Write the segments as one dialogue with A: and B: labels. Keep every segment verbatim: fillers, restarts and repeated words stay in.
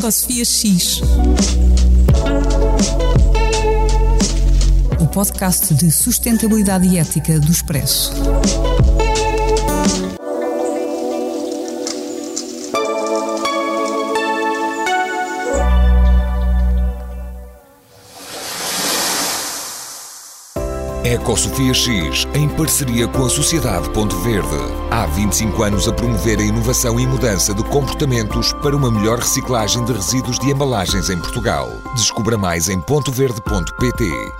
A: Ecosofia X, o podcast de sustentabilidade e ética do Expresso.
B: Ecosofia X, em parceria com a Sociedade Ponto Verde. Há vinte e cinco anos a promover a inovação e mudança de comportamentos para uma melhor reciclagem de resíduos de embalagens em Portugal. Descubra mais em ponto verde ponto pt.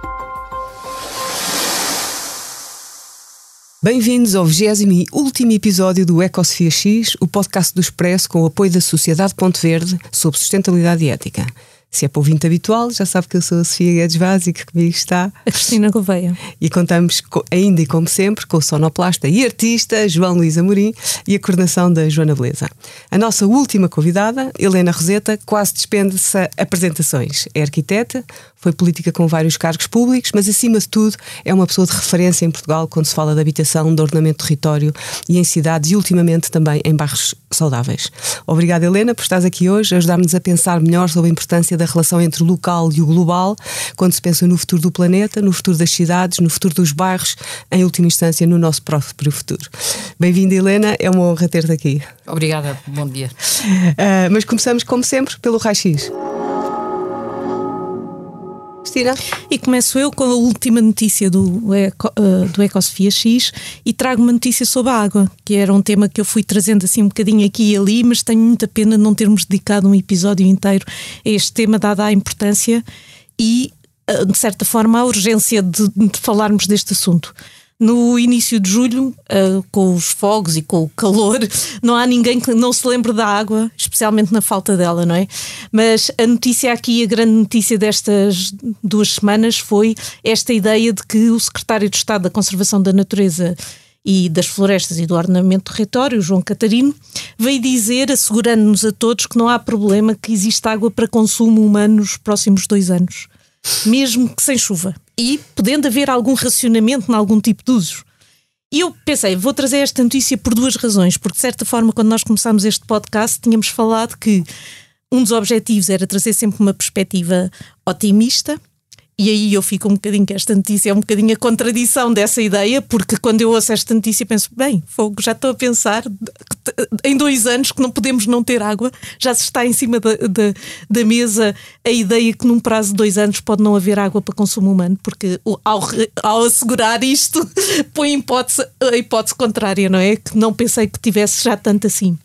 C: Bem-vindos ao vigésimo e último episódio do Ecosofia X, o podcast do Expresso com o apoio da Sociedade Ponto Verde sobre sustentabilidade e ética. Se é para ouvinte habitual, já sabe que eu sou a Sofia Guedes Vaz e que comigo está
D: a Cristina Gouveia.
C: E contamos ainda e como sempre com o sonoplasta e artista João Luís Amorim e a coordenação da Joana Beleza. A nossa última convidada, Helena Roseta, quase dispensa apresentações. É arquiteta, foi política com vários cargos públicos, mas acima de tudo é uma pessoa de referência em Portugal quando se fala de habitação, de ordenamento de território e em cidades e ultimamente também em bairros saudáveis. Obrigada, Helena, por estares aqui hoje a ajudar-nos a pensar melhor sobre a importância da relação entre o local e o global, quando se pensa no futuro do planeta, no futuro das cidades, no futuro dos bairros, em última instância no nosso próprio futuro. Bem-vinda, Helena, é uma honra ter-te aqui.
E: Obrigada, bom dia.
C: Uh, mas começamos, como sempre, pelo raio-x. Cristina?
D: E começo eu com a última notícia do, Eco, uh, do Ecosofia X e trago uma notícia sobre a água, que era um tema que eu fui trazendo assim um bocadinho aqui e ali, mas tenho muita pena de não termos dedicado um episódio inteiro a este tema, dada a importância e, uh, de certa forma, a urgência de, de falarmos deste assunto. No início de julho, uh, com os fogos e com o calor, não há ninguém que não se lembre da água, especialmente na falta dela, não é? Mas a notícia aqui, a grande notícia destas duas semanas foi esta ideia de que o secretário de Estado da Conservação da Natureza e das Florestas e do Ordenamento do Território, João Catarino, veio dizer, assegurando-nos a todos que não há problema que existe água para consumo humano nos próximos dois anos. Mesmo que sem chuva, e podendo haver algum racionamento em algum tipo de usos. E eu pensei, vou trazer esta notícia por duas razões, porque de certa forma quando nós começámos este podcast tínhamos falado que um dos objetivos era trazer sempre uma perspectiva otimista, e aí eu fico um bocadinho que esta notícia é um bocadinho a contradição dessa ideia, porque quando eu ouço esta notícia penso, bem, fogo, já estou a pensar em dois anos que não podemos não ter água, já se está em cima da, da, da mesa a ideia que num prazo de dois anos pode não haver água para consumo humano, porque ao, ao assegurar isto põe em hipótese, a hipótese contrária, não é? Que não pensei que tivesse já tanto assim.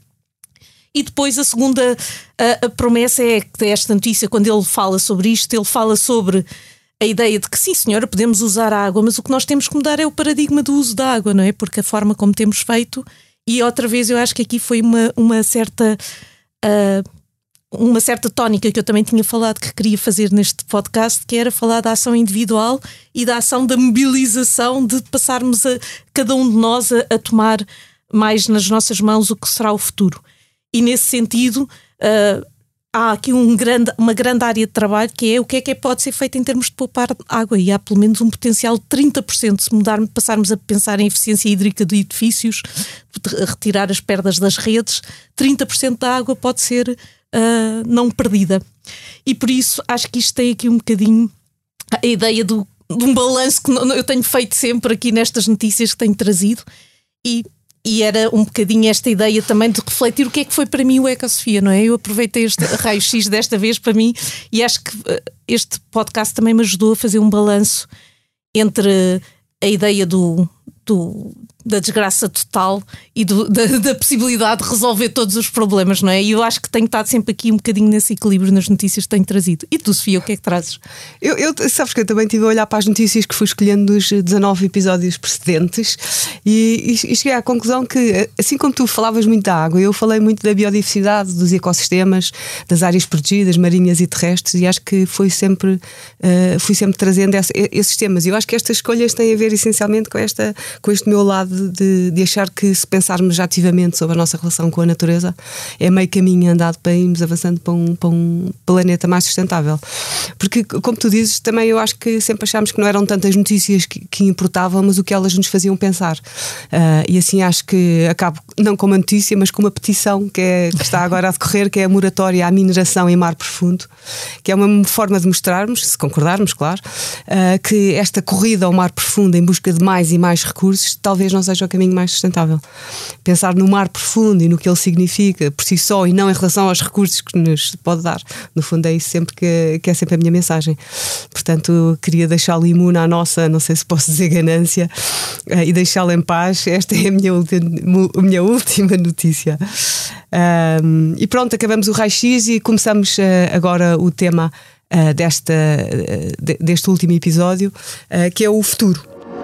D: E depois a segunda a, a promessa é que esta notícia, quando ele fala sobre isto, ele fala sobre a ideia de que sim, senhora, podemos usar a água, mas o que nós temos que mudar é o paradigma do uso da água, não é? Porque a forma como temos feito, e outra vez eu acho que aqui foi uma, uma certa uh, uma certa tónica que eu também tinha falado que queria fazer neste podcast, que era falar da ação individual e da ação da mobilização, de passarmos a cada um de nós a, a tomar mais nas nossas mãos o que será o futuro. E nesse sentido uh, há aqui um grande, uma grande área de trabalho que é o que é que pode ser feito em termos de poupar água, e há pelo menos um potencial de trinta por cento se mudar, passarmos a pensar em eficiência hídrica de edifícios, de retirar as perdas das redes, trinta por cento da água pode ser uh, não perdida. E por isso acho que isto tem aqui um bocadinho a ideia do, de um balanço que eu tenho feito sempre aqui nestas notícias que tenho trazido, e E era um bocadinho esta ideia também de refletir o que é que foi para mim o Ecosofia, não é? Eu aproveitei este raio-x desta vez para mim e acho que este podcast também me ajudou a fazer um balanço entre a ideia do, do, da desgraça total e do, da, da possibilidade de resolver todos os problemas, não é? E eu acho que tenho estado sempre aqui um bocadinho nesse equilíbrio nas notícias que tenho trazido. E tu, Sofia, o que é que trazes?
C: Eu, eu, sabes que eu também estive a olhar para as notícias que fui escolhendo dos dezanove episódios precedentes e, e, e cheguei à conclusão que, assim como tu falavas muito da água, eu falei muito da biodiversidade, dos ecossistemas, das áreas protegidas, marinhas e terrestres, e acho que fui sempre, uh, fui sempre trazendo essa, esses temas. E eu acho que estas escolhas têm a ver essencialmente com, esta, com este meu lado de, de, de achar que se pensarmos ativamente sobre a nossa relação com a natureza é meio caminho andado para irmos avançando para um, para um planeta mais sustentável. Porque, como tu dizes, também eu acho que sempre achámos que não eram tantas notícias que, que importavam, mas o que elas nos faziam pensar. Uh, e assim acho que acabo não com uma notícia, mas com uma petição que, é, que está agora a decorrer, que é a moratória à mineração em mar profundo, que é uma forma de mostrarmos, se concordarmos, claro, uh, que esta corrida ao mar profundo em busca de mais e mais recursos talvez não seja o caminho mais sustentável. Pensar no mar profundo e no que ele significa por si só e não em relação aos recursos que nos pode dar. No fundo é isso sempre que, que é sempre a minha mensagem. Portanto, queria deixá-lo imune à nossa, não sei se posso dizer ganância, uh, e deixá-lo em paz. Esta é a minha, a minha última notícia. Um, e pronto, acabamos o raio-x e começamos uh, agora o tema uh, desta, uh, de, deste último episódio, uh, que é o futuro.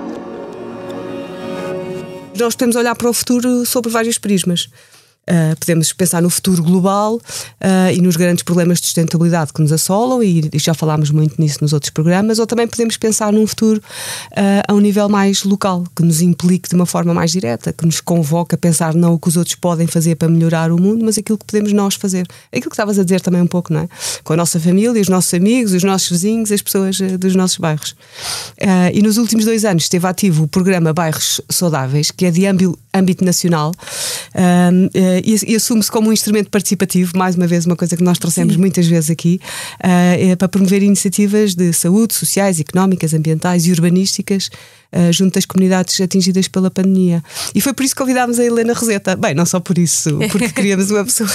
C: Nós podemos olhar para o futuro sobre vários prismas. Uh, podemos pensar no futuro global uh, e nos grandes problemas de sustentabilidade que nos assolam, e, e já falámos muito nisso nos outros programas, ou também podemos pensar num futuro uh, a um nível mais local, que nos implique de uma forma mais direta, que nos convoque a pensar não o que os outros podem fazer para melhorar o mundo, mas aquilo que podemos nós fazer. Aquilo que estavas a dizer também um pouco, não é? Com a nossa família, os nossos amigos, os nossos vizinhos, as pessoas uh, dos nossos bairros. Uh, e nos últimos dois anos esteve ativo o programa Bairros Saudáveis, que é de âmbito, âmbito nacional, uh, uh, E, e assume-se como um instrumento participativo, mais uma vez uma coisa que nós trouxemos Sim. muitas vezes aqui, uh, é para promover iniciativas de saúde, sociais, económicas, ambientais e urbanísticas uh, junto das comunidades atingidas pela pandemia. E foi por isso que convidámos a Helena Roseta. Bem, não só por isso, porque queríamos uma pessoa,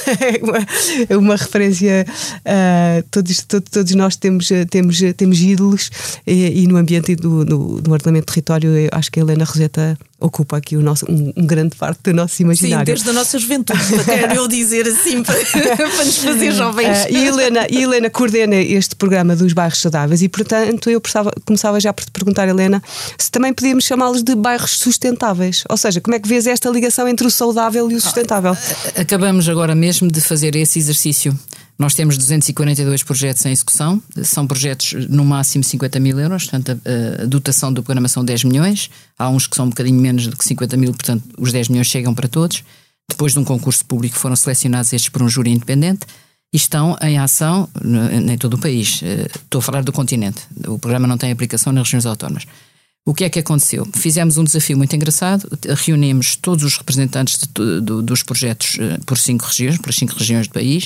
C: uma, uma referência, uh, todos, todos, todos nós temos, temos, temos ídolos, e, e no ambiente e do, no, no ordenamento de território eu acho que a Helena Roseta ocupa aqui o nosso, um, um grande parte do nosso imaginário.
D: Sim, desde a nossa juventude, quero eu dizer assim, para, para nos fazer jovens.
C: Uh, e, Helena, e Helena coordena este programa dos bairros saudáveis e, portanto, eu pensava, começava já por te perguntar, Helena, se também podíamos chamá-los de bairros sustentáveis. Ou seja, como é que vês esta ligação entre o saudável e o sustentável?
E: Acabamos agora mesmo de fazer esse exercício. Nós temos duzentos e quarenta e dois projetos em execução, são projetos no máximo cinquenta mil euros, portanto a, a dotação do programa são dez milhões, há uns que são um bocadinho menos do que cinquenta mil, portanto os dez milhões chegam para todos. Depois de um concurso público foram selecionados estes por um júri independente e estão em ação em todo o país. Estou a falar do continente, o programa não tem aplicação nas regiões autónomas. O que é que aconteceu? Fizemos um desafio muito engraçado, reunimos todos os representantes de, de, dos projetos por cinco regiões, por cinco regiões do país,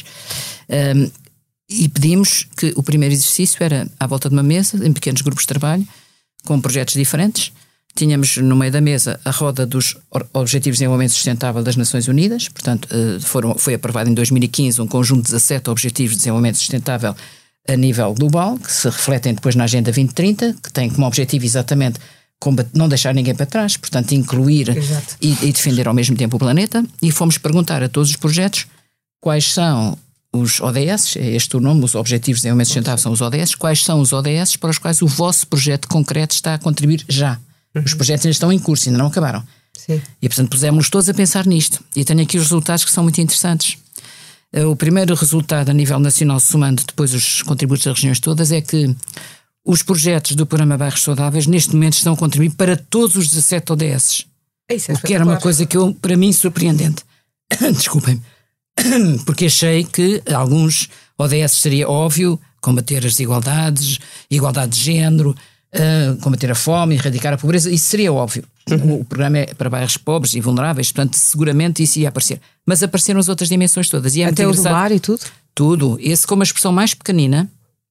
E: um, e pedimos que o primeiro exercício era à volta de uma mesa, em pequenos grupos de trabalho, com projetos diferentes. Tínhamos no meio da mesa a roda dos Objetivos de Desenvolvimento Sustentável das Nações Unidas, portanto foram, foi aprovado em dois mil e quinze um conjunto de dezassete Objetivos de Desenvolvimento Sustentável a nível global, que se refletem depois na Agenda vinte trinta, que tem como objetivo exatamente combater, não deixar ninguém para trás, portanto incluir e, e defender ao mesmo tempo o planeta, e fomos perguntar a todos os projetos quais são os O D S, é este o nome, os Objetivos de Desenvolvimento Sustentável são os O D S, quais são os O D S para os quais o vosso projeto concreto está a contribuir já. Uhum. Os projetos ainda estão em curso, ainda não acabaram.
C: Sim.
E: E portanto pusemos-nos todos a pensar nisto, e tenho aqui os resultados que são muito interessantes. O primeiro resultado a nível nacional, somando depois os contributos das regiões todas, é que os projetos do programa Bairros Saudáveis neste momento estão a contribuir para todos os dezassete O D S.
C: Isso é
E: o que era uma coisa que eu, para mim, surpreendente. Desculpem. Porque achei que alguns O D S seria óbvio combater as desigualdades, igualdade de género, uh, combater a fome, erradicar a pobreza, isso seria óbvio. Uhum. O programa é para bairros pobres e vulneráveis, portanto seguramente isso ia aparecer, mas apareceram as outras dimensões todas, e é
C: até o do mar e tudo?
E: Tudo, esse com uma expressão mais pequenina,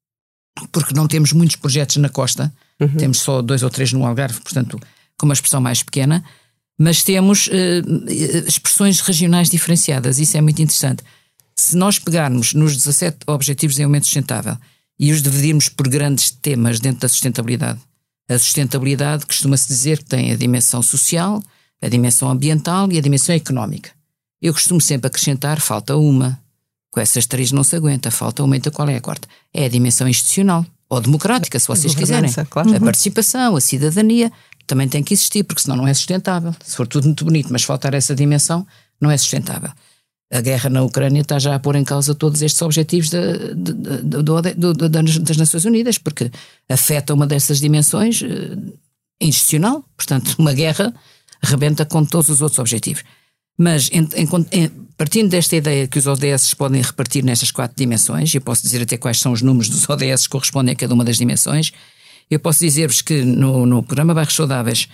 E: porque não temos muitos projetos na costa, uhum. temos só dois ou três no Algarve, portanto com uma expressão mais pequena, mas temos uh, expressões regionais diferenciadas, isso é muito interessante. Se nós pegarmos nos dezassete Objetivos de Desenvolvimento Sustentável e os dividirmos por grandes temas dentro da sustentabilidade, a sustentabilidade costuma-se dizer que tem a dimensão social, a dimensão ambiental e a dimensão económica. Eu costumo sempre acrescentar, falta uma. Com essas três não se aguenta, falta uma, então qual é a quarta? É a dimensão institucional, ou democrática, se vocês quiserem. Claro. A participação, a cidadania, também tem que existir, porque senão não é sustentável. Se for tudo muito bonito, mas faltar essa dimensão, não é sustentável. A guerra na Ucrânia está já a pôr em causa todos estes objetivos de, de, de, de, de, de, das Nações Unidas, porque afeta uma dessas dimensões uh, institucional. Portanto, uma guerra rebenta com todos os outros objetivos. Mas em, em, em, partindo desta ideia que os O D S podem repartir nestas quatro dimensões, eu posso dizer até quais são os números dos O D S que correspondem a cada uma das dimensões, eu posso dizer-vos que no, no programa Bairros Saudáveis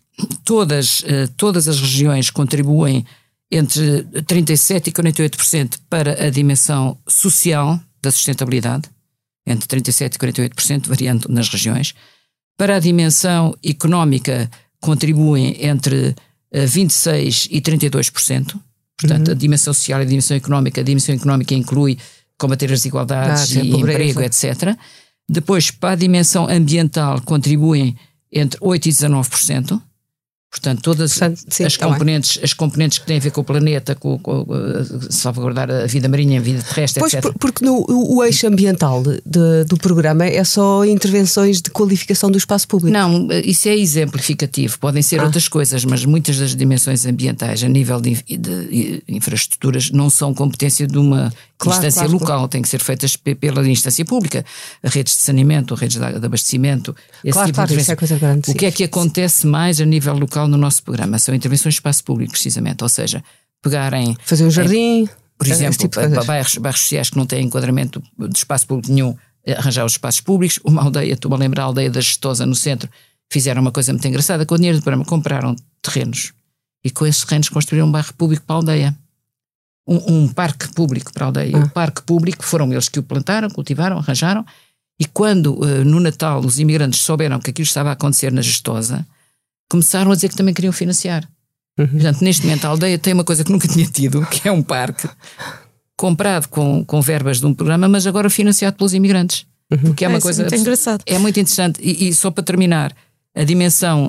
E: todas, todas as regiões contribuem entre trinta e sete por cento e quarenta e oito por cento para a dimensão social da sustentabilidade, entre trinta e sete por cento e quarenta e oito por cento, variando nas regiões. Para a dimensão económica contribuem entre vinte e seis por cento e trinta e dois por cento. Portanto, uhum. a dimensão social e a dimensão económica. A dimensão económica inclui combater as desigualdades ah, e emprego, etcétera. Depois, para a dimensão ambiental, contribuem entre oito por cento e dezanove por cento. Portanto, todas Portanto, sim, as, componentes, as componentes que têm a ver com o planeta, com, com, com salvaguardar a vida marinha, a vida terrestre,
C: pois,
E: etcétera.
C: Porque no, o eixo ambiental de, de, do programa é só intervenções de qualificação do espaço público?
E: Não, isso é exemplificativo. Podem ser ah. outras coisas, mas muitas das dimensões ambientais a nível de, de infraestruturas não são competência de uma claro, instância claro, local, claro. Têm que ser feitas pela instância pública. Redes de saneamento, redes de, de abastecimento. Esse
C: claro,
E: tipo
C: claro,
E: de
C: isso é coisa grande.
E: O que é que acontece mais a nível local no nosso programa? São intervenções de espaço público, precisamente. Ou seja, pegarem...
C: Fazer um jardim...
E: É, por exemplo, tipo bairros, bairros sociais que não têm enquadramento de espaço público nenhum, arranjar os espaços públicos. Uma aldeia, estou a lembrar, a aldeia da Gestosa, no centro, fizeram uma coisa muito engraçada. Com o dinheiro do programa compraram terrenos e com esses terrenos construíram um bairro público para a aldeia. Um, um parque público para a aldeia. Ah. O parque público foram eles que o plantaram, cultivaram, arranjaram. E quando, uh, no Natal, os imigrantes souberam que aquilo estava a acontecer na Gestosa, começaram a dizer que também queriam financiar. Uhum. Portanto, neste momento a aldeia tem uma coisa que nunca tinha tido, que é um parque comprado com, com verbas de um programa, mas agora financiado pelos imigrantes. Uhum. Porque é uma é, coisa
D: muito engraçado.
E: É muito interessante. E, e só para terminar, a dimensão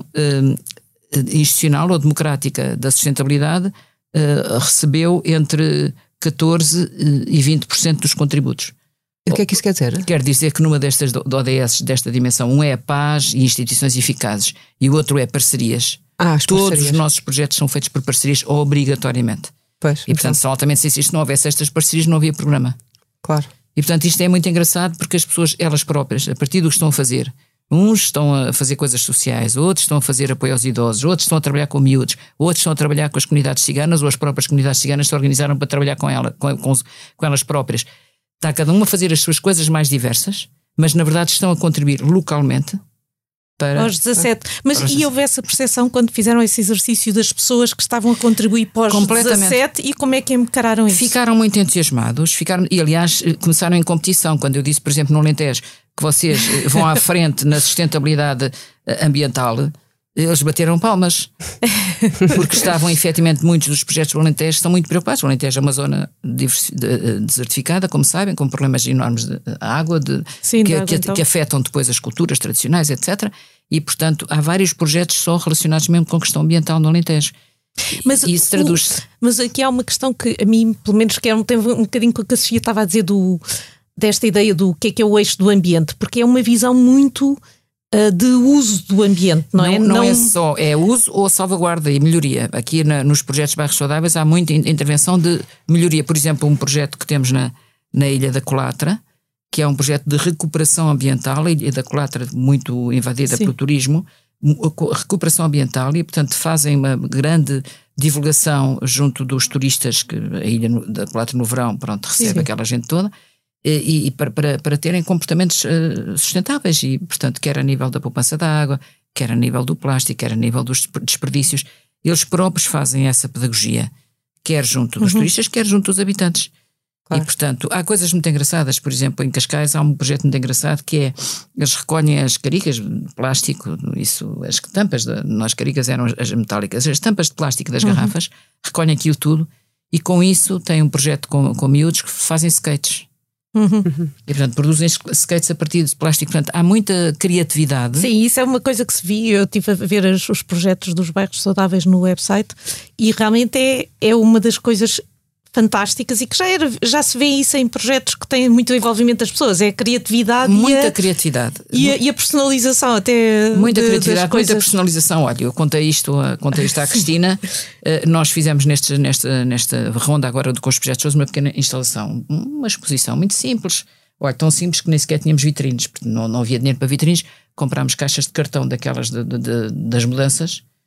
E: uh, institucional ou democrática da sustentabilidade uh, recebeu entre catorze e vinte por cento dos contributos.
C: O que é que isso quer dizer?
E: Quer dizer que numa destas do O D S desta dimensão, um é a paz e instituições eficazes e o outro é parcerias.
C: Ah, as
E: Todos
C: parcerias.
E: os nossos projetos são feitos por parcerias obrigatoriamente.
C: Pois,
E: e portanto então. São altamente sensíveis. Se não houvesse estas parcerias não havia programa.
C: Claro.
E: E portanto isto é muito engraçado porque as pessoas, elas próprias, a partir do que estão a fazer, uns estão a fazer coisas sociais, outros estão a fazer apoio aos idosos, outros estão a trabalhar com miúdos, outros estão a trabalhar com as comunidades ciganas, ou as próprias comunidades ciganas se organizaram para trabalhar com, ela, com, com, com elas próprias. Está cada um a fazer as suas coisas mais diversas, mas na verdade estão a contribuir localmente para...
D: Aos dezassete. Mas e houve essa percepção quando fizeram esse exercício das pessoas que estavam a contribuir para os dezassete e como é que encararam isso?
E: Ficaram muito entusiasmados, ficaram, e aliás começaram em competição. Quando eu disse, por exemplo, no Alentejo, que vocês vão à frente na sustentabilidade ambiental, eles bateram palmas, porque estavam efetivamente, muitos dos projetos do Alentejo estão muito preocupados. O Alentejo é uma zona desertificada, como sabem, com problemas enormes de água, de,
D: Sim,
E: que,
D: de água
E: que,
D: então.
E: que afetam depois as culturas tradicionais, etcétera. E, portanto, há vários projetos só relacionados mesmo com a questão ambiental no Alentejo.
D: Mas,
E: e isso traduz-se.
D: Mas aqui há uma questão que a mim, pelo menos, que é um, tem um bocadinho com o que a Sofia estava a dizer do, desta ideia do que é que é o eixo do ambiente, porque é uma visão muito... de uso do ambiente, não, não é?
E: Não,
D: não
E: é só, é uso ou salvaguarda e melhoria. Aqui na, nos projetos de bairros saudáveis há muita intervenção de melhoria. Por exemplo, um projeto que temos na, na Ilha da Colatra, que é um projeto de recuperação ambiental, a Ilha da Colatra muito invadida Sim. pelo turismo, recuperação ambiental, e portanto fazem uma grande divulgação junto dos turistas, que a Ilha da Colatra no verão, pronto, recebe Sim. aquela gente toda, e, e para, para, para terem comportamentos uh, sustentáveis, e portanto quer a nível da poupança da água, quer a nível do plástico, quer a nível dos desperdícios, eles próprios fazem essa pedagogia, quer junto dos uhum. turistas, quer junto dos habitantes. Claro. E portanto há coisas muito engraçadas. Por exemplo, em Cascais há um projeto muito engraçado que é, eles recolhem as caricas de plástico, isso, as tampas, de, nós caricas eram as metálicas, as tampas de plástico das uhum. garrafas, recolhem aquilo tudo e com isso têm um projeto com, com miúdos que fazem skates. Uhum. E portanto produzem skates a partir de plástico. Portanto há muita criatividade.
D: Sim, isso é uma coisa que se viu. Eu estive a ver os, os projetos dos bairros saudáveis no website e realmente é, é uma das coisas fantásticas e que já, era, já se vê isso em projetos que têm muito envolvimento das pessoas, é a criatividade
E: muita
D: e a,
E: criatividade
D: e a, e a personalização até
E: muita
D: de,
E: criatividade, muita personalização. Olha, eu contei isto, contei isto à Cristina. Nós fizemos neste, nesta, nesta ronda agora com os projetos uma pequena instalação, uma exposição muito simples, olha, tão simples que nem sequer tínhamos vitrines, porque não, não havia dinheiro para vitrines, comprámos caixas de cartão daquelas de, de, de, das mudanças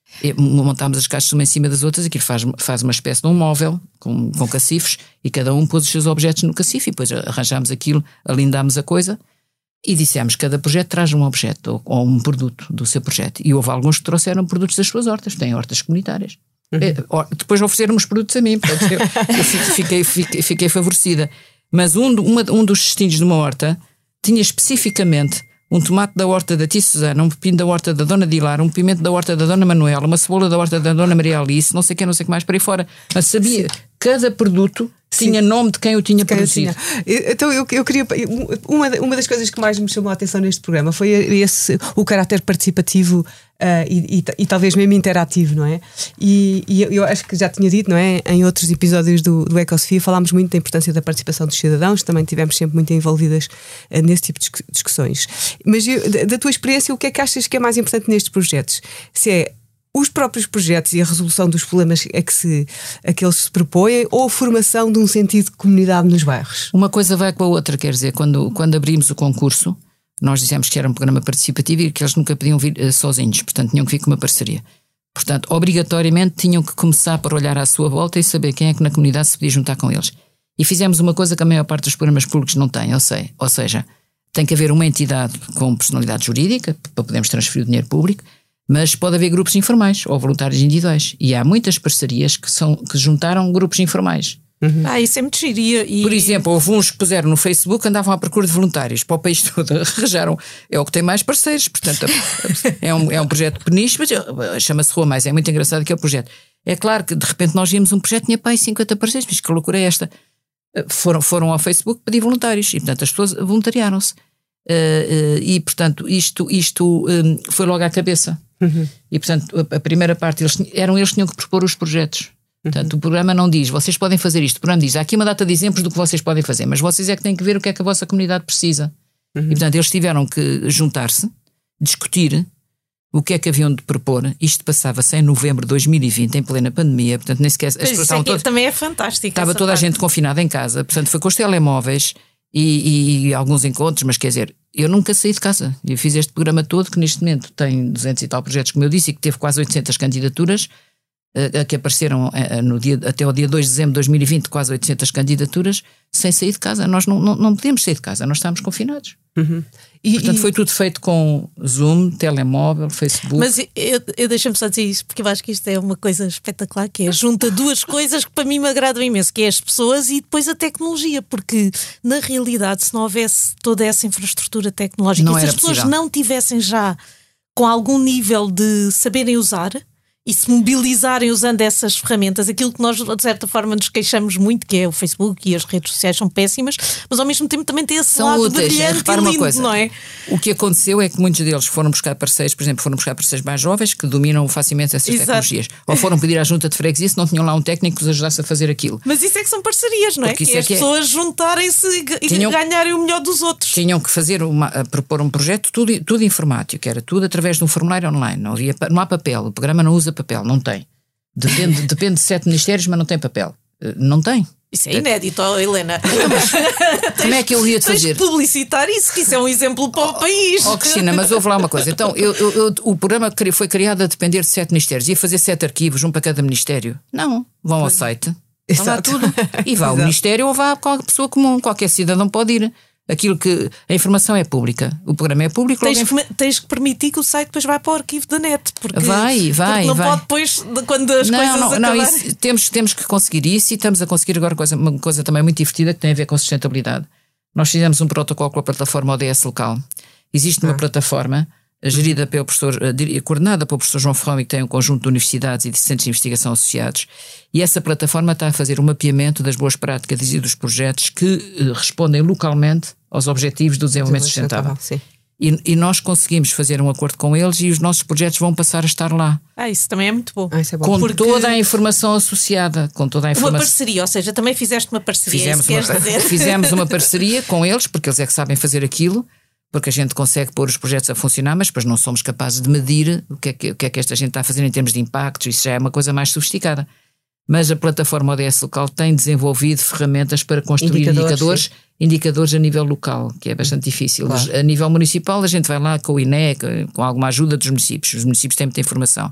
E: montámos as caixas uma em cima das outras, aquilo faz, faz uma espécie de um móvel com, com cacifes e cada um pôs os seus objetos no cacife e depois arranjámos aquilo, alindámos a coisa e dissemos que cada projeto traz um objeto ou, ou um produto do seu projeto. E houve alguns que trouxeram produtos das suas hortas, têm hortas comunitárias. Uhum. É, depois ofereceram os produtos a mim, portanto, eu, eu fiquei, fiquei, fiquei favorecida. Mas um, uma, um dos destinos de uma horta tinha especificamente um tomate da horta da tia Susana, um pepino da horta da Dona Dilar, um pimento da horta da Dona Manuela, uma cebola da horta da Dona Maria Alice, não sei o que, não sei o que mais, para aí fora. Mas sabia, cada produto tinha Sim. nome de quem o tinha produzido.
C: Tinha. Então eu, eu queria. Uma, uma das coisas que mais me chamou a atenção neste programa foi esse, o caráter participativo. Uh, e, e, e talvez mesmo interativo, não é? E, e eu acho que já tinha dito, não é? Em outros episódios do, do Ecosofia falámos muito da importância da participação dos cidadãos, também tivemos sempre muito envolvidas uh, nesse tipo de discussões. Mas eu, da, da tua experiência, o que é que achas que é mais importante nestes projetos? Se é os próprios projetos e a resolução dos problemas a que, se, a que eles se propõem ou a formação de um sentido de comunidade nos bairros?
E: Uma coisa vai com a outra, quer dizer, quando, quando abrimos o concurso, nós dissemos que era um programa participativo e que eles nunca podiam vir uh, sozinhos, portanto tinham que vir com uma parceria. Portanto, obrigatoriamente tinham que começar por olhar à sua volta e saber quem é que na comunidade se podia juntar com eles. E fizemos uma coisa que a maior parte dos programas públicos não tem, ou seja, ou seja tem que haver uma entidade com personalidade jurídica para podermos transferir o dinheiro público, mas pode haver grupos informais ou voluntários individuais. E há muitas parcerias que, são, que juntaram grupos informais.
D: Uhum. Ah, isso é muito giria. E...
E: Por exemplo, houve uns que puseram no Facebook, andavam à procura de voluntários para o país todo, arranjaram, é o que tem mais parceiros, portanto é um, é um projeto peniche, mas chama-se Rua Mais, é muito engraçado aquele projeto. É claro que de repente nós vimos um projeto que tinha pai cinquenta parceiros, mas que loucura é esta? Foram, foram ao Facebook pedir voluntários e portanto as pessoas voluntariaram-se uh, uh, e portanto isto, isto um, foi logo à cabeça. Uhum. E portanto a, a primeira parte, eles, eram eles que tinham que propor os projetos. Portanto, uhum. o programa não diz, vocês podem fazer isto. O programa diz, há aqui uma data de exemplos do que vocês podem fazer, mas vocês é que têm que ver o que é que a vossa comunidade precisa. Uhum. E portanto eles tiveram que juntar-se, discutir o que é que haviam de propor. Isto passava-se em novembro de dois mil e vinte, em plena pandemia, portanto nem sequer as pessoas estavam todas,
D: também é fantástico.
E: Estava toda parte. A gente confinada em casa, portanto foi com os telemóveis e, e alguns encontros, mas quer dizer, eu nunca saí de casa. Eu fiz este programa todo, que neste momento tem duzentos e tal projetos, como eu disse, e que teve quase oitocentas candidaturas, que apareceram no dia, até o dia dois de dezembro de dois mil e vinte, quase oitocentas candidaturas, sem sair de casa. Nós não, não, não podemos sair de casa, nós estávamos confinados. Uhum. E, Portanto, e... foi tudo feito com Zoom, telemóvel, Facebook.
D: Mas eu, eu deixa-me só dizer isso, porque eu acho que isto é uma coisa espetacular, que é junta duas coisas que para mim me agradam imenso, que é as pessoas e depois a tecnologia, porque na realidade, se não houvesse toda essa infraestrutura tecnológica,
E: não
D: e se as
E: possível.
D: pessoas não tivessem já com algum nível de saberem usar e se mobilizarem usando essas ferramentas, aquilo que nós de certa forma nos queixamos muito, que é o Facebook e as redes sociais são péssimas, mas ao mesmo tempo também tem esse
E: são
D: lado
E: úteis.
D: brilhante e lindo,
E: coisa,
D: não é?
E: O que aconteceu é que muitos deles foram buscar parceiros, por exemplo, foram buscar parceiros mais jovens que dominam facilmente essas Exato. Tecnologias, ou foram pedir à junta de freguesia se não tinham lá um técnico que os ajudasse a fazer aquilo.
D: Mas isso é que são parcerias, não é?
E: Porque
D: que é as é pessoas é... juntarem-se e tinham, ganharem o melhor dos outros.
E: Tinham que fazer uma, propor um projeto tudo, tudo informático, que era tudo através de um formulário online, não, havia, não há papel, o programa não usa papel, não tem. Depende, depende de sete ministérios, mas não tem papel. Não tem.
D: Isso é inédito, Helena.
E: Como é que eu ia te fazer?
D: Tens de publicitar isso, que isso é um exemplo para o país.
E: Oh, Cristina, mas houve lá uma coisa. Então, eu, eu, eu, o programa foi criado a depender de sete ministérios. Ia fazer sete arquivos, um para cada ministério. Não, vão ao site, vão lá tudo. E vá ao ministério ou vá a qualquer pessoa comum. Qualquer cidadão pode ir. Aquilo que a informação é pública, o programa é público.
D: Tens,
E: alguém...
D: que, tens que permitir que o site depois vá para o arquivo da net, porque,
E: vai, vai,
D: porque não
E: vai.
D: pode depois, quando as
E: não,
D: coisas
E: não,
D: acabarem.
E: Não, isso, temos, temos que conseguir isso e estamos a conseguir agora coisa, uma coisa também muito divertida que tem a ver com sustentabilidade. Nós fizemos um protocolo com a plataforma O D S local. Existe uma ah. plataforma gerida pelo professor, coordenada pelo professor João Ferrão, e que tem um conjunto de universidades e de centros de investigação associados, e essa plataforma está a fazer um mapeamento das boas práticas e dos projetos que uh, respondem localmente aos objetivos do desenvolvimento sustentável. Sim. E, e nós conseguimos fazer um acordo com eles e os nossos projetos vão passar a estar lá.
D: Ah, isso também é muito bom.
C: Ah, isso é bom.
E: Com
D: Porque...
E: toda a informação associada. Com toda a informação...
D: Uma parceria, ou seja, também fizeste uma parceria.
E: Fizemos, uma,
D: dizer.
E: fizemos uma parceria com eles, porque eles é que sabem fazer aquilo, porque a gente consegue pôr os projetos a funcionar, mas depois não somos capazes de medir o que é que, o que, é que esta gente está a fazer em termos de impactos. Isso já é uma coisa mais sofisticada. Mas a plataforma O D S local tem desenvolvido ferramentas para construir indicadores, indicadores, indicadores a nível local, que é bastante difícil. Claro. A nível municipal a gente vai lá com o I N E, com alguma ajuda dos municípios. Os municípios têm muita informação.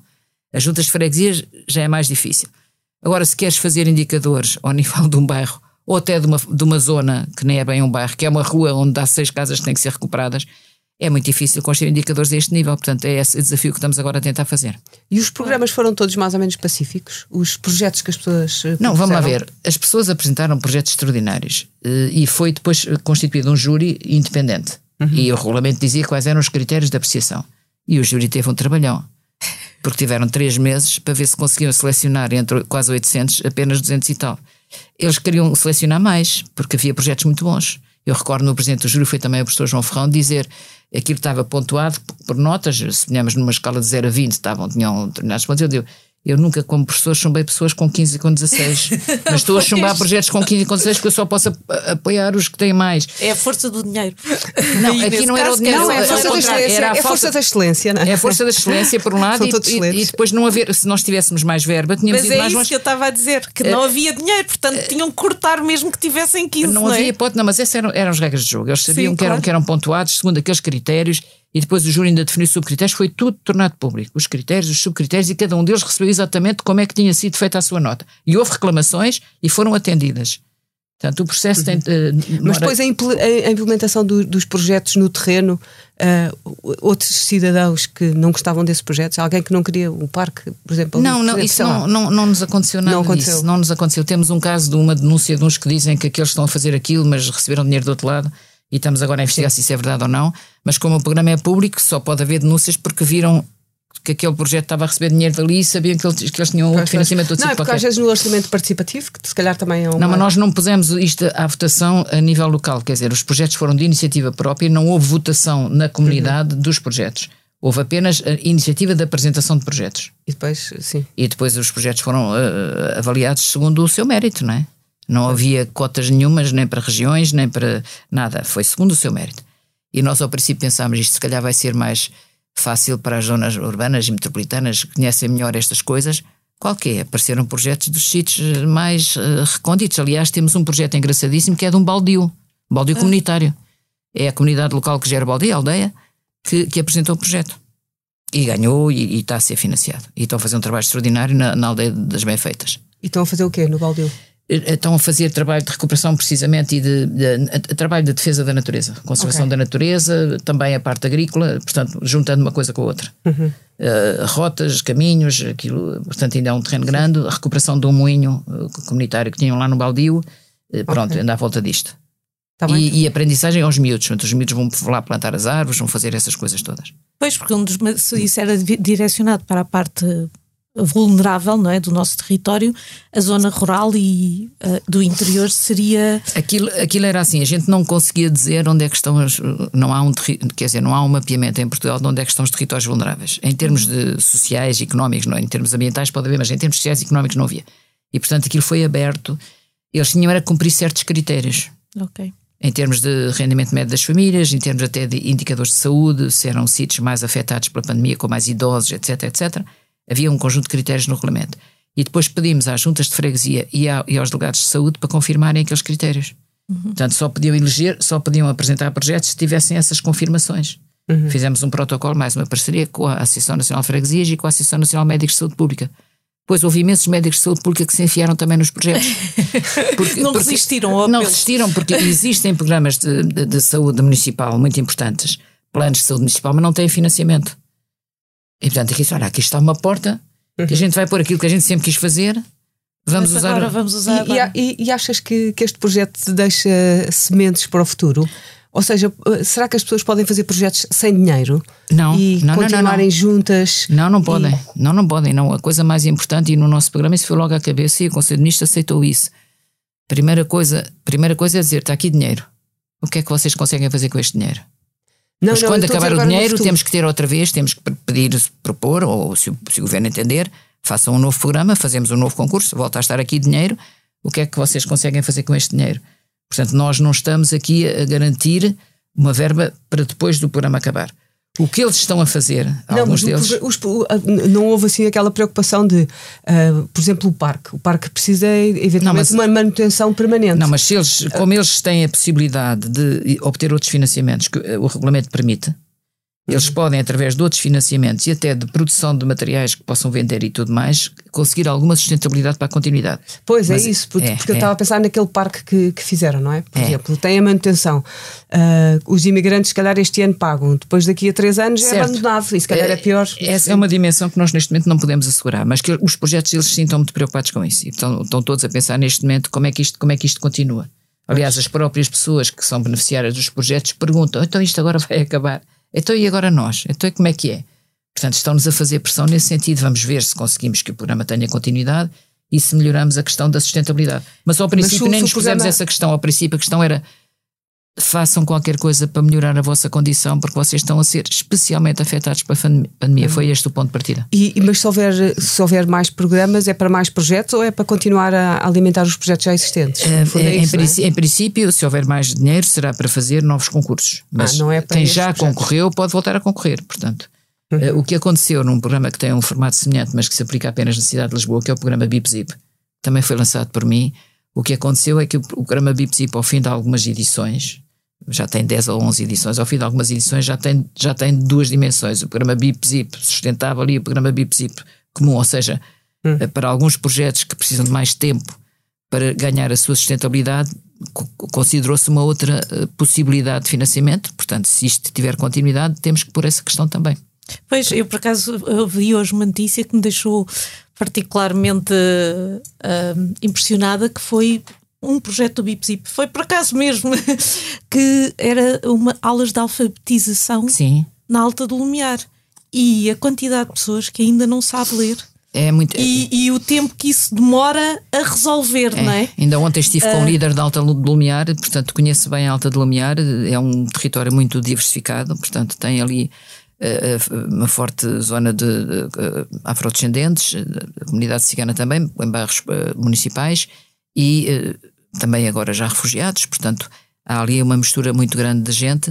E: As juntas de freguesias já é mais difícil. Agora, se queres fazer indicadores ao nível de um bairro, ou até de uma, de uma zona que nem é bem um bairro, que é uma rua onde há seis casas que têm que ser recuperadas, é muito difícil construir indicadores deste nível. Portanto, é esse desafio que estamos agora a tentar fazer.
C: E os programas foram todos mais ou menos pacíficos? Os projetos que as pessoas...
E: Não, vamos lá ver. As pessoas apresentaram projetos extraordinários e foi depois constituído um júri independente. Uhum. E o regulamento dizia quais eram os critérios de apreciação. E o júri teve um trabalhão. Porque tiveram três meses para ver se conseguiam selecionar entre quase oitocentos apenas duzentos e tal. Eles queriam selecionar mais, porque havia projetos muito bons. Eu recordo no presidente do júri, foi também o professor João Ferrão, dizer que aquilo estava pontuado por notas, se punhamos numa escala de zero a vinte, estavam, tinham determinados pontos. Eu digo, eu nunca como professor chumbei pessoas com quinze e com dezasseis, mas estou a chumbar projetos com quinze e com dezasseis porque eu só posso apoiar os que têm mais.
D: É a força do dinheiro.
E: Não, e aqui não era o dinheiro,
C: não, é a força, da excelência,
E: era a
C: é a força da excelência, não é?
E: É a força da excelência, por um lado, e, e, e depois não haver, se nós tivéssemos mais verba, tínhamos
D: mas
E: ido
D: é
E: mais
D: isso
E: longe.
D: Que eu estava a dizer, que é, não havia dinheiro, portanto é, tinham que cortar mesmo que tivessem quinze.
E: Não,
D: não
E: havia
D: é?
E: hipótese, não, mas essas eram, eram as regras de jogo. Eles sabiam Sim, que, eram, claro. que eram pontuados segundo aqueles critérios. E depois o júri ainda definiu subcritérios, foi tudo tornado público. Os critérios, os subcritérios, e cada um deles recebeu exatamente como é que tinha sido feita a sua nota. E houve reclamações e foram atendidas. Portanto, o processo tem... Uh,
C: Mas depois a, impl a implementação do, dos projetos no terreno, uh, outros cidadãos que não gostavam desses projetos, alguém que não queria o parque, por exemplo...
E: Não, não, isso não, não, não nos aconteceu nada não aconteceu. disso. Não nos aconteceu. Temos um caso de uma denúncia de uns que dizem que aqueles estão a fazer aquilo, mas receberam dinheiro do outro lado. E estamos agora a investigar Sim. se isso é verdade ou não, mas como o programa é público, só pode haver denúncias porque viram que aquele projeto estava a receber dinheiro dali e sabiam que eles, que eles tinham outro financiamento.
C: Não, é porque às vezes no orçamento participativo, que se calhar também é um...
E: Não, mas nós não pusemos isto à votação a nível local, quer dizer, os projetos foram de iniciativa própria e não houve votação na comunidade uhum. dos projetos. Houve apenas a iniciativa da apresentação de projetos.
C: E depois, sim.
E: E depois os projetos foram uh, avaliados segundo o seu mérito, não é? Não havia cotas nenhumas, nem para regiões, nem para nada. Foi segundo o seu mérito. E nós ao princípio pensámos isto se calhar vai ser mais fácil para as zonas urbanas e metropolitanas que conhecem melhor estas coisas. Qual que é? Apareceram projetos dos sítios mais uh, recônditos. Aliás, temos um projeto engraçadíssimo que é de um baldio. Um baldio ah. comunitário. É a comunidade local que gera o baldio, a aldeia, que, que apresentou o projeto. E ganhou e, e está a ser financiado. E estão a fazer um trabalho extraordinário na, na aldeia das bem-feitas.
C: E estão a fazer o quê no baldio?
E: Estão a fazer trabalho de recuperação precisamente e de, de, de, de trabalho de defesa da natureza, conservação okay. da natureza, também a parte agrícola, portanto, juntando uma coisa com a outra. Uhum. Uh, rotas, caminhos, aquilo, portanto, ainda é um terreno grande, a recuperação de um moinho uh, comunitário que tinham lá no baldio, uh, pronto, okay. anda à volta disto. Tá e, e aprendizagem aos miúdos, portanto, os miúdos vão lá plantar as árvores, vão fazer essas coisas todas.
D: Pois, porque um dos, isso era direcionado para a parte vulnerável, não é, do nosso território, a zona rural e uh, do interior seria...
E: Aquilo, aquilo era assim, a gente não conseguia dizer onde é que estão as, não há um quer dizer, não há um mapeamento em Portugal de onde é que estão os territórios vulneráveis. Em termos de sociais e económicos, não é? Em termos ambientais pode haver, mas em termos sociais e económicos não havia. E portanto aquilo foi aberto, eles tinham era cumprir certos critérios.
D: Ok.
E: Em termos de rendimento médio das famílias, em termos até de indicadores de saúde, se eram sítios mais afetados pela pandemia, com mais idosos, etc, etcétera. Havia um conjunto de critérios no regulamento. E depois pedimos às juntas de freguesia e, a, e aos delegados de saúde para confirmarem aqueles critérios. Uhum. Portanto, só podiam eleger, só podiam apresentar projetos se tivessem essas confirmações. Uhum. Fizemos um protocolo, mais uma parceria com a Associação Nacional de Freguesias e com a Associação Nacional de Médicos de Saúde Pública. Depois houve imensos médicos de saúde pública que se enfiaram também nos projetos.
D: Porque, não porque, resistiram ao
E: Não resistiram porque existem programas de, de, de saúde municipal muito importantes, planos de saúde municipal, mas não têm financiamento. E portanto aqui, olha, aqui está uma porta que a gente vai pôr aquilo que a gente sempre quis fazer, vamos
D: mas
E: usar.
D: Agora vamos usar
C: e,
D: agora.
C: E, e achas que, que este projeto te deixa sementes para o futuro? Ou seja, será que as pessoas podem fazer projetos sem dinheiro?
E: Não,
C: e
E: não,
C: continuarem
E: não, não, não.
C: juntas?
E: Não, não podem.
C: E...
E: Não, não podem. Não. A coisa mais importante, e no nosso programa isso foi logo à cabeça, e o Conselho de Ministros aceitou isso. Primeira coisa, primeira coisa é dizer, está aqui dinheiro. O que é que vocês conseguem fazer com este dinheiro? Não, Mas não, quando acabar o dinheiro temos que ter outra vez, temos que pedir, propor, ou se o, se o governo entender, façam um novo programa, fazemos um novo concurso, volta a estar aqui dinheiro, o que é que vocês conseguem fazer com este dinheiro? Portanto, nós não estamos aqui a garantir uma verba para depois do programa acabar. O que eles estão a fazer,
C: não,
E: alguns
C: mas
E: deles...
C: Os, não houve assim aquela preocupação de, uh, por exemplo, o parque. O parque precisa eventualmente não, mas, uma manutenção permanente.
E: Não, mas se eles, como eles têm a possibilidade de obter outros financiamentos que o regulamento permite, Eles podem, através de outros financiamentos e até de produção de materiais que possam vender e tudo mais, conseguir alguma sustentabilidade para a continuidade.
C: Pois
E: Mas
C: é isso, porque,
E: é,
C: porque eu
E: é.
C: estava a pensar naquele parque que, que fizeram, não é? Por
E: É.
C: exemplo, tem a manutenção. Uh, os imigrantes, se calhar, este ano pagam, depois daqui a três anos é
E: Certo.
C: abandonado e se calhar é, é pior.
E: Essa é uma dimensão que nós neste momento não podemos assegurar, mas que os projetos eles sim estão muito preocupados com isso e estão, estão todos a pensar neste momento como é que isto, como é que isto continua. Aliás, as próprias pessoas que são beneficiárias dos projetos perguntam, então isto agora vai acabar? Então e agora nós? Então como é que é? Portanto, estão-nos a fazer pressão nesse sentido. Vamos ver se conseguimos que o programa tenha continuidade e se melhoramos a questão da sustentabilidade. Mas ao princípio
C: Mas,
E: nem
C: se
E: nos
C: o programa...
E: pusemos essa questão. Ao princípio a questão era façam qualquer coisa para melhorar a vossa condição porque vocês estão a ser especialmente afetados pela pandemia. Uhum. Foi este o ponto de partida.
C: E, mas se houver, se houver mais programas, é para mais projetos ou é para continuar a alimentar os projetos já existentes?
E: É, é,
C: isso,
E: em,
C: é?
E: em princípio, se houver mais dinheiro, será para fazer novos concursos. Mas
C: ah, não é para
E: quem já
C: projetos.
E: concorreu pode voltar a concorrer. Portanto, uhum. uh, o que aconteceu num programa que tem um formato semelhante, mas que se aplica apenas na cidade de Lisboa, que é o programa B I P Zip, também foi lançado por mim. O que aconteceu é que o, o programa B I P Zip, ao fim de algumas edições, já tem dez ou onze edições, ao fim de algumas edições já tem, já tem duas dimensões, o programa B I P Zip sustentável e o programa B I P Zip comum, ou seja, hum. para alguns projetos que precisam de mais tempo para ganhar a sua sustentabilidade, considerou-se uma outra possibilidade de financiamento. Portanto, se isto tiver continuidade, temos que pôr essa questão também.
D: Pois, eu por acaso ouvi hoje uma notícia que me deixou particularmente uh, impressionada, que foi um projeto do B I P Zip. Foi por acaso mesmo que era uma aulas de alfabetização
E: Sim.
D: na Alta do Lumiar. E a quantidade de pessoas que ainda não sabe ler.
E: É muito...
D: E, e o tempo que isso demora a resolver,
E: é.
D: não é?
E: Ainda ontem estive com
D: uh...
E: um líder da Alta do Lumiar, portanto conheço bem a Alta do Lumiar, é um território muito diversificado, portanto tem ali uh, uma forte zona de uh, afrodescendentes, a comunidade cigana também, em bairros uh, municipais, e uh, também agora já refugiados, portanto há ali uma mistura muito grande de gente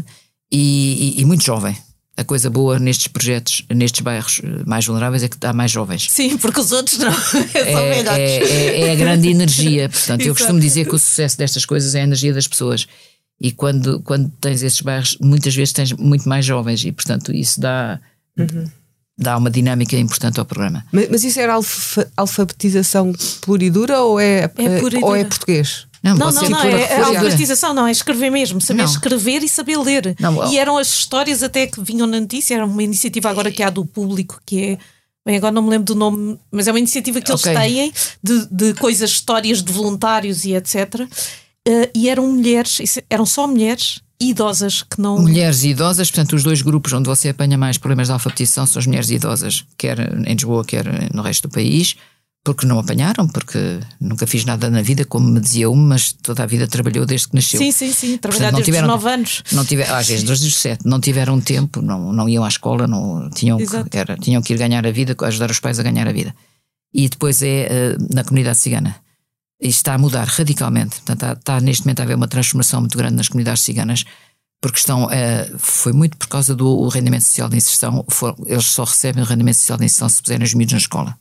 E: e, e, e muito jovem. A coisa boa nestes projetos, nestes bairros mais vulneráveis é que há mais jovens.
D: Sim, porque os outros não, são
E: é,
D: melhores.
E: É, é, é a grande energia, portanto eu costumo dizer que o sucesso destas coisas é a energia das pessoas e quando, quando tens esses bairros muitas vezes tens muito mais jovens e portanto isso dá... Uhum. Dá uma dinâmica importante ao programa.
C: Mas, mas isso era alfa, alfabetização pura e dura ou é,
D: é, pura e
C: ou
D: dura.
C: é português?
D: Não, não, não, não é, a alfabetização não, é escrever mesmo, saber
E: não.
D: escrever e saber ler.
E: Não,
D: e eram as histórias até que vinham na notícia, era uma iniciativa agora que há do público, que é, bem, agora não me lembro do nome, mas é uma iniciativa que
E: okay.
D: eles têm de, de coisas, histórias de voluntários e etcétera. Uh, e eram mulheres, eram só mulheres idosas que não...
E: Mulheres e idosas, portanto os dois grupos onde você apanha mais problemas de alfabetização são as mulheres idosas, quer em Lisboa, quer no resto do país, porque não apanharam, porque nunca fiz nada na vida, como me dizia uma, mas toda a vida trabalhou desde que nasceu.
D: Sim, sim, sim, trabalhar desde os nove anos.
E: Não tiver, às vezes desde os sete, não tiveram tempo, não, não iam à escola, não, tinham, que, era, tinham que ir ganhar a vida, ajudar os pais a ganhar a vida. E depois é uh, na comunidade cigana. Isto está a mudar radicalmente. Portanto, está, está neste momento a haver uma transformação muito grande nas comunidades ciganas, porque estão, uh, foi muito por causa do rendimento social de inserção. For, eles só recebem o rendimento social de inserção se puserem os miúdos na escola.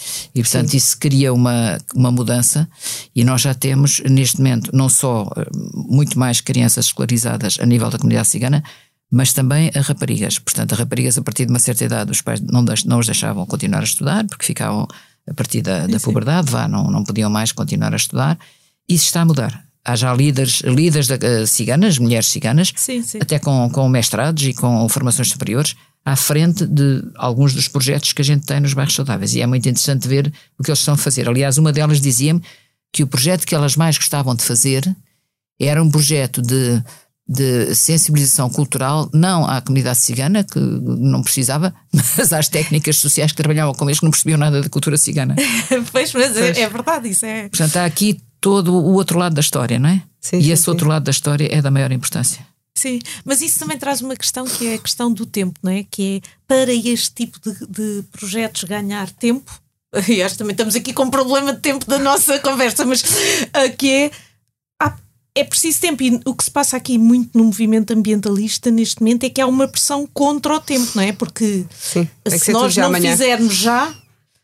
E: E portanto Sim. isso cria uma, uma mudança e nós já temos neste momento não só muito mais crianças escolarizadas a nível da comunidade cigana, mas também a raparigas. Portanto, a raparigas a partir de uma certa idade os pais não, deix, não os deixavam continuar a estudar porque ficavam a partir da, da puberdade, vá, não, não podiam mais continuar a estudar. Isso está a mudar. Há já líderes, líderes da, uh, ciganas, mulheres ciganas,
D: sim, sim.
E: até com, com mestrados e com formações superiores, à frente de alguns dos projetos que a gente tem nos bairros saudáveis. E é muito interessante ver o que eles estão a fazer. Aliás, uma delas dizia-me que o projeto que elas mais gostavam de fazer era um projeto de, de sensibilização cultural, não à comunidade cigana, que não precisava, mas às técnicas sociais que trabalhavam com eles, que não percebiam nada da cultura cigana.
D: Pois, mas é, é verdade, isso é...
E: Portanto, há aqui todo o outro lado da história, não é?
C: Sim,
E: e
C: sim,
E: esse
C: sim.
E: outro lado da história é da maior importância.
D: Sim, mas isso também traz uma questão que é a questão do tempo, não é? Que é para este tipo de, de projetos ganhar tempo, e acho que também estamos aqui com um problema de tempo da nossa conversa, mas uh, que é, há, é preciso tempo. E o que se passa aqui muito no movimento ambientalista neste momento é que há uma pressão contra o tempo, não é? Porque
C: Sim,
D: se nós não amanhã. fizermos já,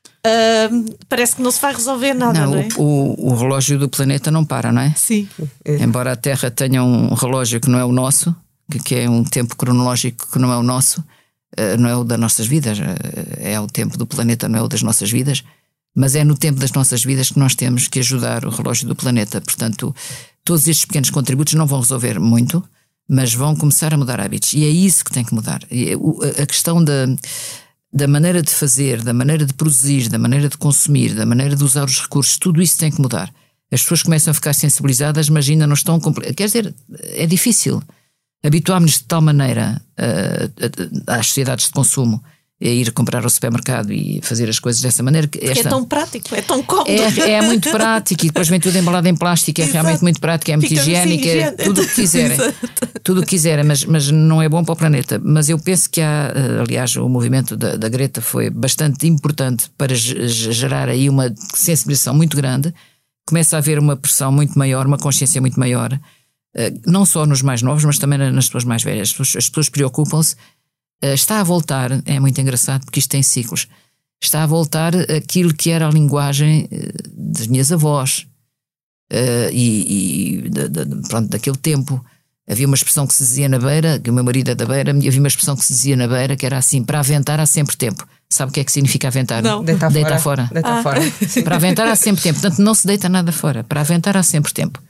D: Uh, parece que não se vai resolver nada, não, não é?
E: O, o relógio do planeta não para, não é?
D: Sim.
E: Embora a Terra tenha um relógio que não é o nosso, que, que é um tempo cronológico que não é o nosso, não é o das nossas vidas, é o tempo do planeta, não é o das nossas vidas, mas é no tempo das nossas vidas que nós temos que ajudar o relógio do planeta. Portanto, todos estes pequenos contributos não vão resolver muito, mas vão começar a mudar hábitos, e é isso que tem que mudar. A questão da, da maneira de fazer, da maneira de produzir, da maneira de consumir, da maneira de usar os recursos, tudo isso tem que mudar. As pessoas começam a ficar sensibilizadas, mas ainda não estão... Quer dizer, é difícil. Habituámos-nos de tal maneira uh, às sociedades de consumo, a ir comprar ao supermercado e fazer as coisas dessa maneira. Que esta...
D: É tão prático, é tão cómodo.
E: É, é muito prático, e depois vem tudo embalado em plástico, é Exato. realmente muito prático, é muito Fica higiênico, é tudo o que quiserem. Tudo o que quiserem, mas, mas não é bom para o planeta. Mas eu penso que há, aliás, o movimento da, da Greta foi bastante importante para gerar aí uma sensibilização muito grande. Começa a haver uma pressão muito maior, uma consciência muito maior, não só nos mais novos, mas também nas pessoas mais velhas. As pessoas, as pessoas preocupam-se. Está a voltar, é muito engraçado porque isto tem ciclos, está a voltar aquilo que era a linguagem das minhas avós uh, e, e de, de, pronto, daquele tempo. Havia uma expressão que se dizia na beira, que o meu marido é da beira, havia uma expressão que se dizia na beira que era assim: para aventar há sempre tempo. Sabe o que é que significa aventar?
C: Não, deitar,
E: deitar
C: fora.
E: fora.
C: Deitar
D: ah.
C: fora.
E: Para aventar há sempre tempo, portanto não se deita nada fora, para aventar há sempre tempo.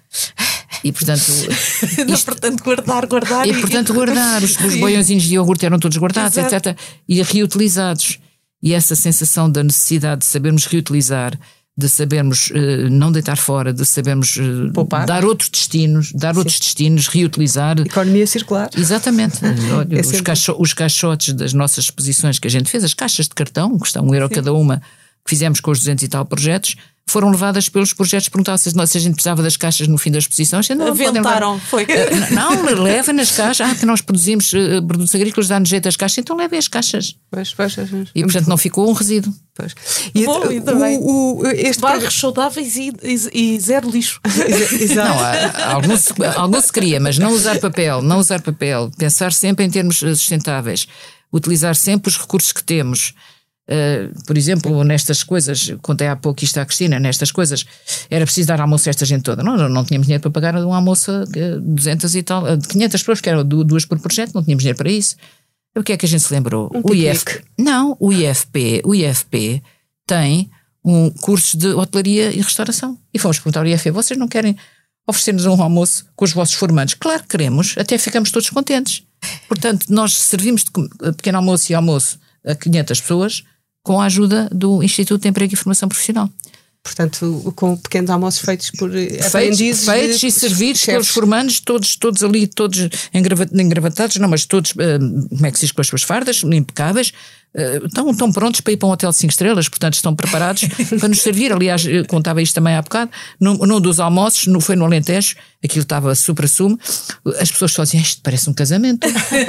E: E portanto, isto,
D: não, portanto guardar, guardar
E: e, e portanto guardar, os, os boiõezinhos de iogurte eram todos guardados, Exato. etcétera, e reutilizados. E essa sensação da necessidade de sabermos reutilizar, de sabermos uh, não deitar fora, de sabermos uh, dar outros destinos, dar Sim. outros destinos, reutilizar.
C: Economia circular.
E: Exatamente. Olha, é os, caixo, os caixotes das nossas exposições que a gente fez, as caixas de cartão, que custam um euro Sim. cada uma, que fizemos com os duzentos e tal projetos, foram levadas pelos projetos. Perguntavam se, se a gente precisava das caixas no fim da exposição. Não,
D: Aventaram, foi.
E: Uh, não, levem nas caixas. Ah, que nós produzimos uh, produtos agrícolas, dá-nos jeito às caixas, então levem as caixas.
C: Pois, pois, pois.
E: E portanto não ficou um resíduo.
C: Pois.
D: E Bom, o, o, o, este bairros saudáveis e, e, e zero lixo.
E: Exato. Não, há, algum, se, algum se queria, mas não usar papel, não usar papel, pensar sempre em termos sustentáveis, utilizar sempre os recursos que temos. Uh, por exemplo, nestas coisas, contei há pouco isto à Cristina, nestas coisas era preciso dar almoço a esta gente toda. Não, não tínhamos dinheiro para pagar um almoço a duzentas e tal, de quinhentas pessoas, que eram duas por projeto, não tínhamos dinheiro para isso. O que é que a gente se lembrou?
C: Um
E: o I F P. Não, o I F P, o I F P tem um curso de hotelaria e restauração. E fomos perguntar ao I F P: vocês não querem oferecer-nos um almoço com os vossos formandos? Claro que queremos, até ficamos todos contentes. Portanto, nós servimos de pequeno almoço e almoço a quinhentas pessoas, com a ajuda do Instituto de Emprego e Formação Profissional.
C: Portanto, com pequenos almoços feitos por
E: feitos,
C: aprendizes.
E: Feitos e servidos chefes. Pelos formandos, todos, todos ali, todos engravatados, não, mas todos, uh, como é que se diz, com as suas fardas, impecáveis, uh, estão, estão prontos para ir para um hotel de cinco estrelas, portanto estão preparados para nos servir. Aliás, eu contava isto também há bocado, num, num dos almoços, no, foi no Alentejo, aquilo estava supra-sumo, as pessoas só diziam: isto parece um casamento.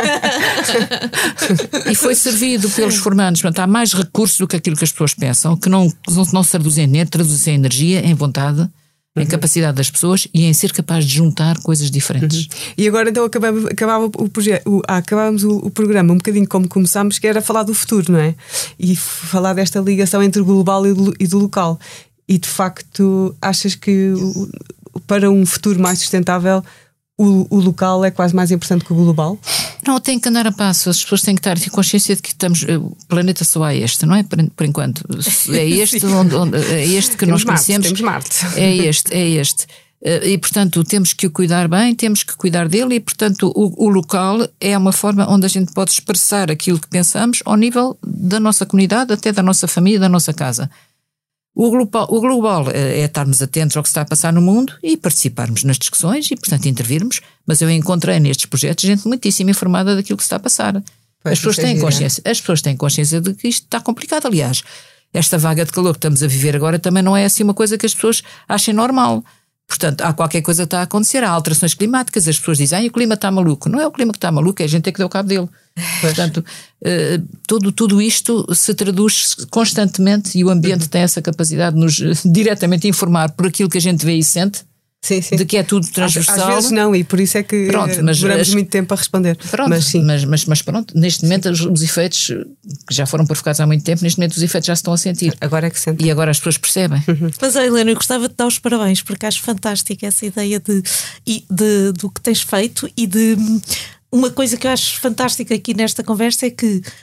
E: E foi servido pelos formandos. Portanto, há mais recursos do que aquilo que as pessoas pensam, que não, não, não se traduzem em dinheiro, traduzem em energia, em vontade, em capacidade das pessoas e em ser capaz de juntar coisas diferentes.
C: Uhum. E agora então acabamos, acabava o projeto, o, ah, acabámos o, o programa um bocadinho como começámos, que era falar do futuro, não é? E falar desta ligação entre o global e do, e do local. E de facto achas que o, para um futuro mais sustentável o, o local é quase mais importante que o global?
E: Não, tem que andar a passo. As pessoas têm que ter consciência de que estamos, o planeta só há este, não é? Por, por enquanto é este, onde, onde, é este que
C: temos
E: nós conhecemos.
C: Temos Marte.
E: É este, é este. E portanto temos que o cuidar bem, temos que cuidar dele, e portanto o, o local é uma forma onde a gente pode expressar aquilo que pensamos ao nível da nossa comunidade, até da nossa família, da nossa casa. O global, o global é estarmos atentos ao que está a passar no mundo e participarmos nas discussões e, portanto, intervirmos. Mas eu encontrei nestes projetos gente muitíssimo informada daquilo que está a passar. Pois, as pessoas têm consciência, as pessoas têm consciência de que isto está complicado. Aliás, esta vaga de calor que estamos a viver agora também não é assim uma coisa que as pessoas achem normal. Portanto, há qualquer coisa que está a acontecer, há alterações climáticas, as pessoas dizem: ah, o clima está maluco. Não é o clima que está maluco, é a gente que deu cabo dele. Pois. Portanto, uh, tudo, tudo isto se traduz constantemente, e o ambiente uhum. tem essa capacidade de nos uh, diretamente informar por aquilo que a gente vê e sente.
C: Sim, sim.
E: De que é tudo transversal.
C: Às, às vezes não, e por isso é que pronto, mas, demoramos as... muito tempo a responder.
E: Pronto, mas, sim. Mas, mas, mas pronto, neste momento os, os efeitos que já foram provocados há muito tempo, neste momento os efeitos já se estão a sentir.
C: Agora é que sentem.
E: E agora as pessoas percebem.
C: Uhum.
D: Mas Helena, eu gostava de dar os parabéns, porque acho fantástica essa ideia de, de, de, do que tens feito, e de uma coisa que eu acho fantástica aqui nesta conversa é que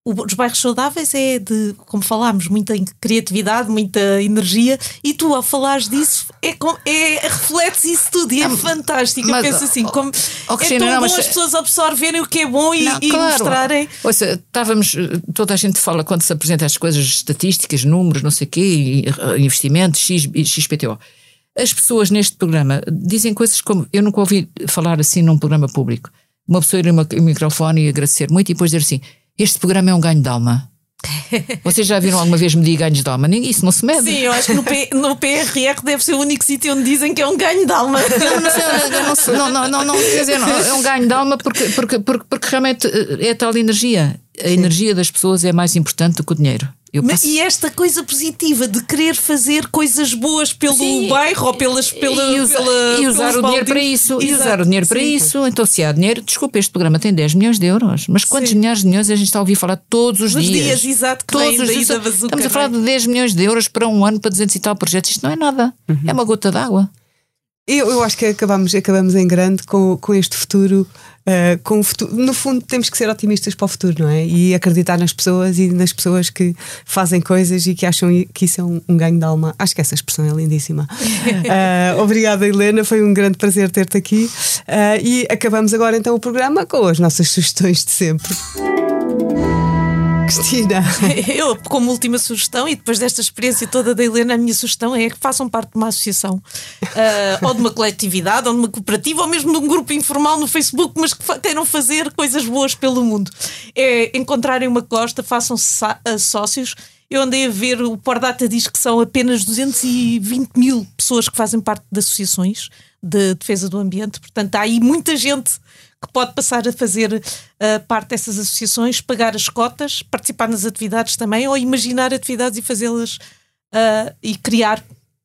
D: os bairros saudáveis é de, como falámos, muita criatividade, muita energia, e tu, ao falares disso, é, com, é refletes isso tudo e é ah, fantástico. Mas, eu penso assim, como oh, oh, Cristina, é tão não, bom mas... as pessoas absorverem o que é bom e, não, e claro. mostrarem.
E: Ouça, estávamos, toda a gente fala quando se apresenta as coisas, estatísticas, números, não sei o quê, investimentos, X, X P T O. As pessoas neste programa dizem coisas como, eu nunca ouvi falar assim num programa público. Uma pessoa ir no microfone e agradecer muito e depois dizer assim: este programa é um ganho de alma. Vocês já viram alguma vez medir ganhos de alma? Isso não se mede.
D: Sim, eu acho que no, P, no P R R deve ser o único sítio onde dizem que é um ganho de alma.
E: Não, não, não, não, quer dizer, não, é um ganho de alma porque, porque, porque, porque realmente é tal energia. A Sim. energia das pessoas é mais importante do que o dinheiro.
D: Passo... E esta coisa positiva de querer fazer coisas boas pelo Sim. bairro ou pelas, pela,
E: e, usa,
D: pela,
E: e usar o dinheiro para isso. E usar o dinheiro para Sim. isso. Então, se há dinheiro, desculpa, este programa tem dez milhões de euros. Mas quantos Sim. milhares de milhões a gente está a ouvir falar todos os, os dias?
D: dias, exato, que
E: todos
D: os
E: dias.
D: Da bazuca,
E: estamos a falar de dez milhões de euros para um ano, para duzentos e tal projetos. Isto não é nada. Uhum. É uma gota d'água.
C: Eu, eu acho que acabamos, acabamos em grande com, com este futuro. Uh, com o futuro. No fundo, temos que ser otimistas para o futuro, não é? E acreditar nas pessoas e nas pessoas que fazem coisas e que acham que isso é um, um ganho de alma. Acho que essa expressão é lindíssima. uh, obrigada, Helena. Foi um grande prazer ter-te aqui. Uh, e acabamos agora então o programa com as nossas sugestões de sempre. Cristina.
D: Eu, como última sugestão, e depois desta experiência toda da Helena, a minha sugestão é que façam parte de uma associação, uh, ou de uma coletividade, ou de uma cooperativa, ou mesmo de um grupo informal no Facebook, mas que queiram fazer coisas boas pelo mundo. É encontrarem uma costa, façam sócios. Eu andei a ver, o Pordata diz que são apenas duzentos e vinte mil pessoas que fazem parte de associações de defesa do ambiente, portanto há aí muita gente que pode passar a fazer uh, parte dessas associações, pagar as cotas, participar nas atividades também, ou imaginar atividades e fazê-las uh, e criar,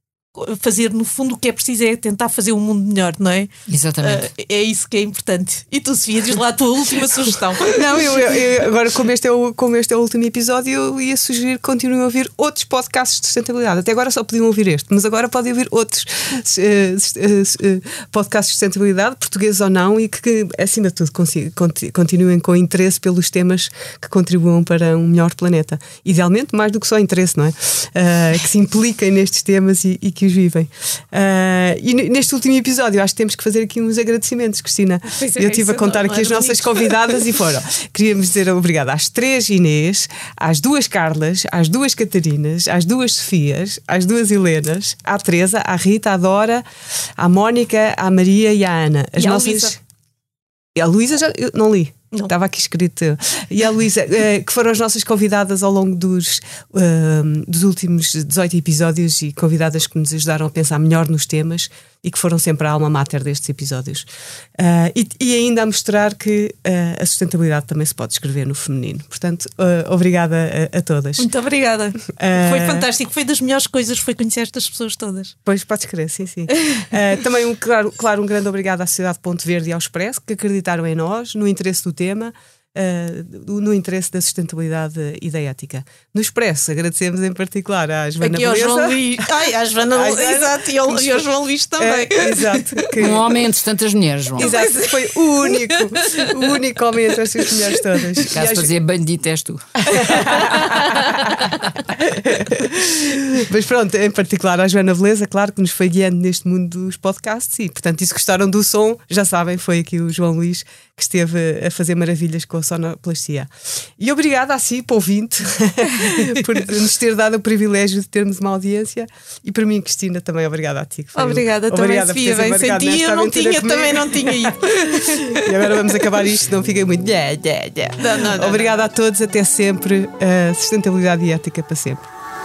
D: fazer no fundo o que é preciso é tentar fazer um mundo melhor, não é?
E: Exatamente.
D: Uh, é isso que é importante. E tu, Sofia, diz lá a tua última sugestão.
C: Não, eu, eu, eu agora como este, é o, como este é o último episódio, eu ia sugerir que continuem a ouvir outros podcasts de sustentabilidade. Até agora só podiam ouvir este, mas agora podem ouvir outros uh, uh, uh, podcasts de sustentabilidade, portugueses ou não, e que, que acima de tudo consiga, continuem com interesse pelos temas que contribuam para um melhor planeta. Idealmente mais do que só interesse, não é? Uh, que se impliquem nestes temas e, e que os vivem. Uh, e neste último episódio acho que temos que fazer aqui uns agradecimentos, Cristina.
D: Pois
C: é, eu estive a contar aqui as nossas bonito. convidadas e foram. Queríamos dizer obrigada às três Inês, às duas Carlas, às duas Catarinas, às duas Sofias, às duas Helenas, à Teresa, à Rita, à Dora, à Mónica, à Maria e à Ana. As
D: e
C: nossas...
D: a Luísa.
C: E a Luísa já eu não li. Não. Estava aqui escrito. E a Luísa, que foram as nossas convidadas ao longo dos, uh, dos últimos dezoito episódios e convidadas que nos ajudaram a pensar melhor nos temas e que foram sempre a alma mater destes episódios. Uh, e, e ainda a mostrar que uh, a sustentabilidade também se pode escrever no feminino. Portanto, uh, obrigada a, a todas.
D: Muito obrigada. Uh, foi fantástico. Foi das melhores coisas, foi conhecer estas pessoas todas.
C: Pois, podes crer, sim, sim. uh, também, um, claro, claro, um grande obrigado à Sociedade Ponto Verde e ao Expresso, que acreditaram em nós, no interesse do tema. Uh, no interesse da sustentabilidade e da ética. No Expresso, agradecemos em particular à Joana
D: Aqui
C: Beleza.
D: Ao João Luís. Ai, à Joana Luís. Exato, e ao, e ao João Luís também.
C: É, exato. Que...
E: Um homem entre tantas mulheres, João.
C: Exato, foi o único, o único homem entre estas mulheres todas.
E: Caso fazia bandito és tu.
C: Mas pronto, em particular à Joana Beleza, claro que nos foi guiando neste mundo dos podcasts e, portanto, e se gostaram do som, já sabem, foi aqui o João Luís que esteve a fazer maravilhas com a sonoplastia. E obrigada a si, para o ouvinte, por nos ter dado o privilégio de termos uma audiência, e para mim, Cristina, também obrigada a ti. Que foi
D: obrigada
C: um...
D: também,
C: obrigada
D: Sofia, bem senti, eu não tinha, também não tinha ido.
C: E agora vamos acabar isto, não fiquei muito...
D: Não, não, não,
C: obrigada
D: não.
C: a todos, até sempre, uh, sustentabilidade e ética para sempre.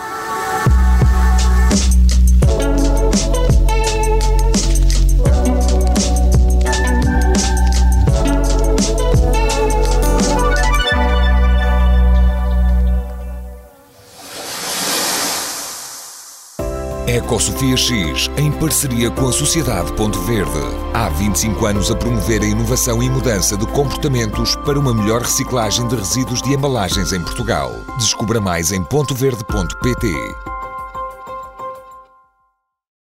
B: Ecosofia X, em parceria com a Sociedade Ponto Verde. Há vinte e cinco anos a promover a inovação e mudança de comportamentos para uma melhor reciclagem de resíduos de embalagens em Portugal. Descubra mais em ponto verde ponto pt.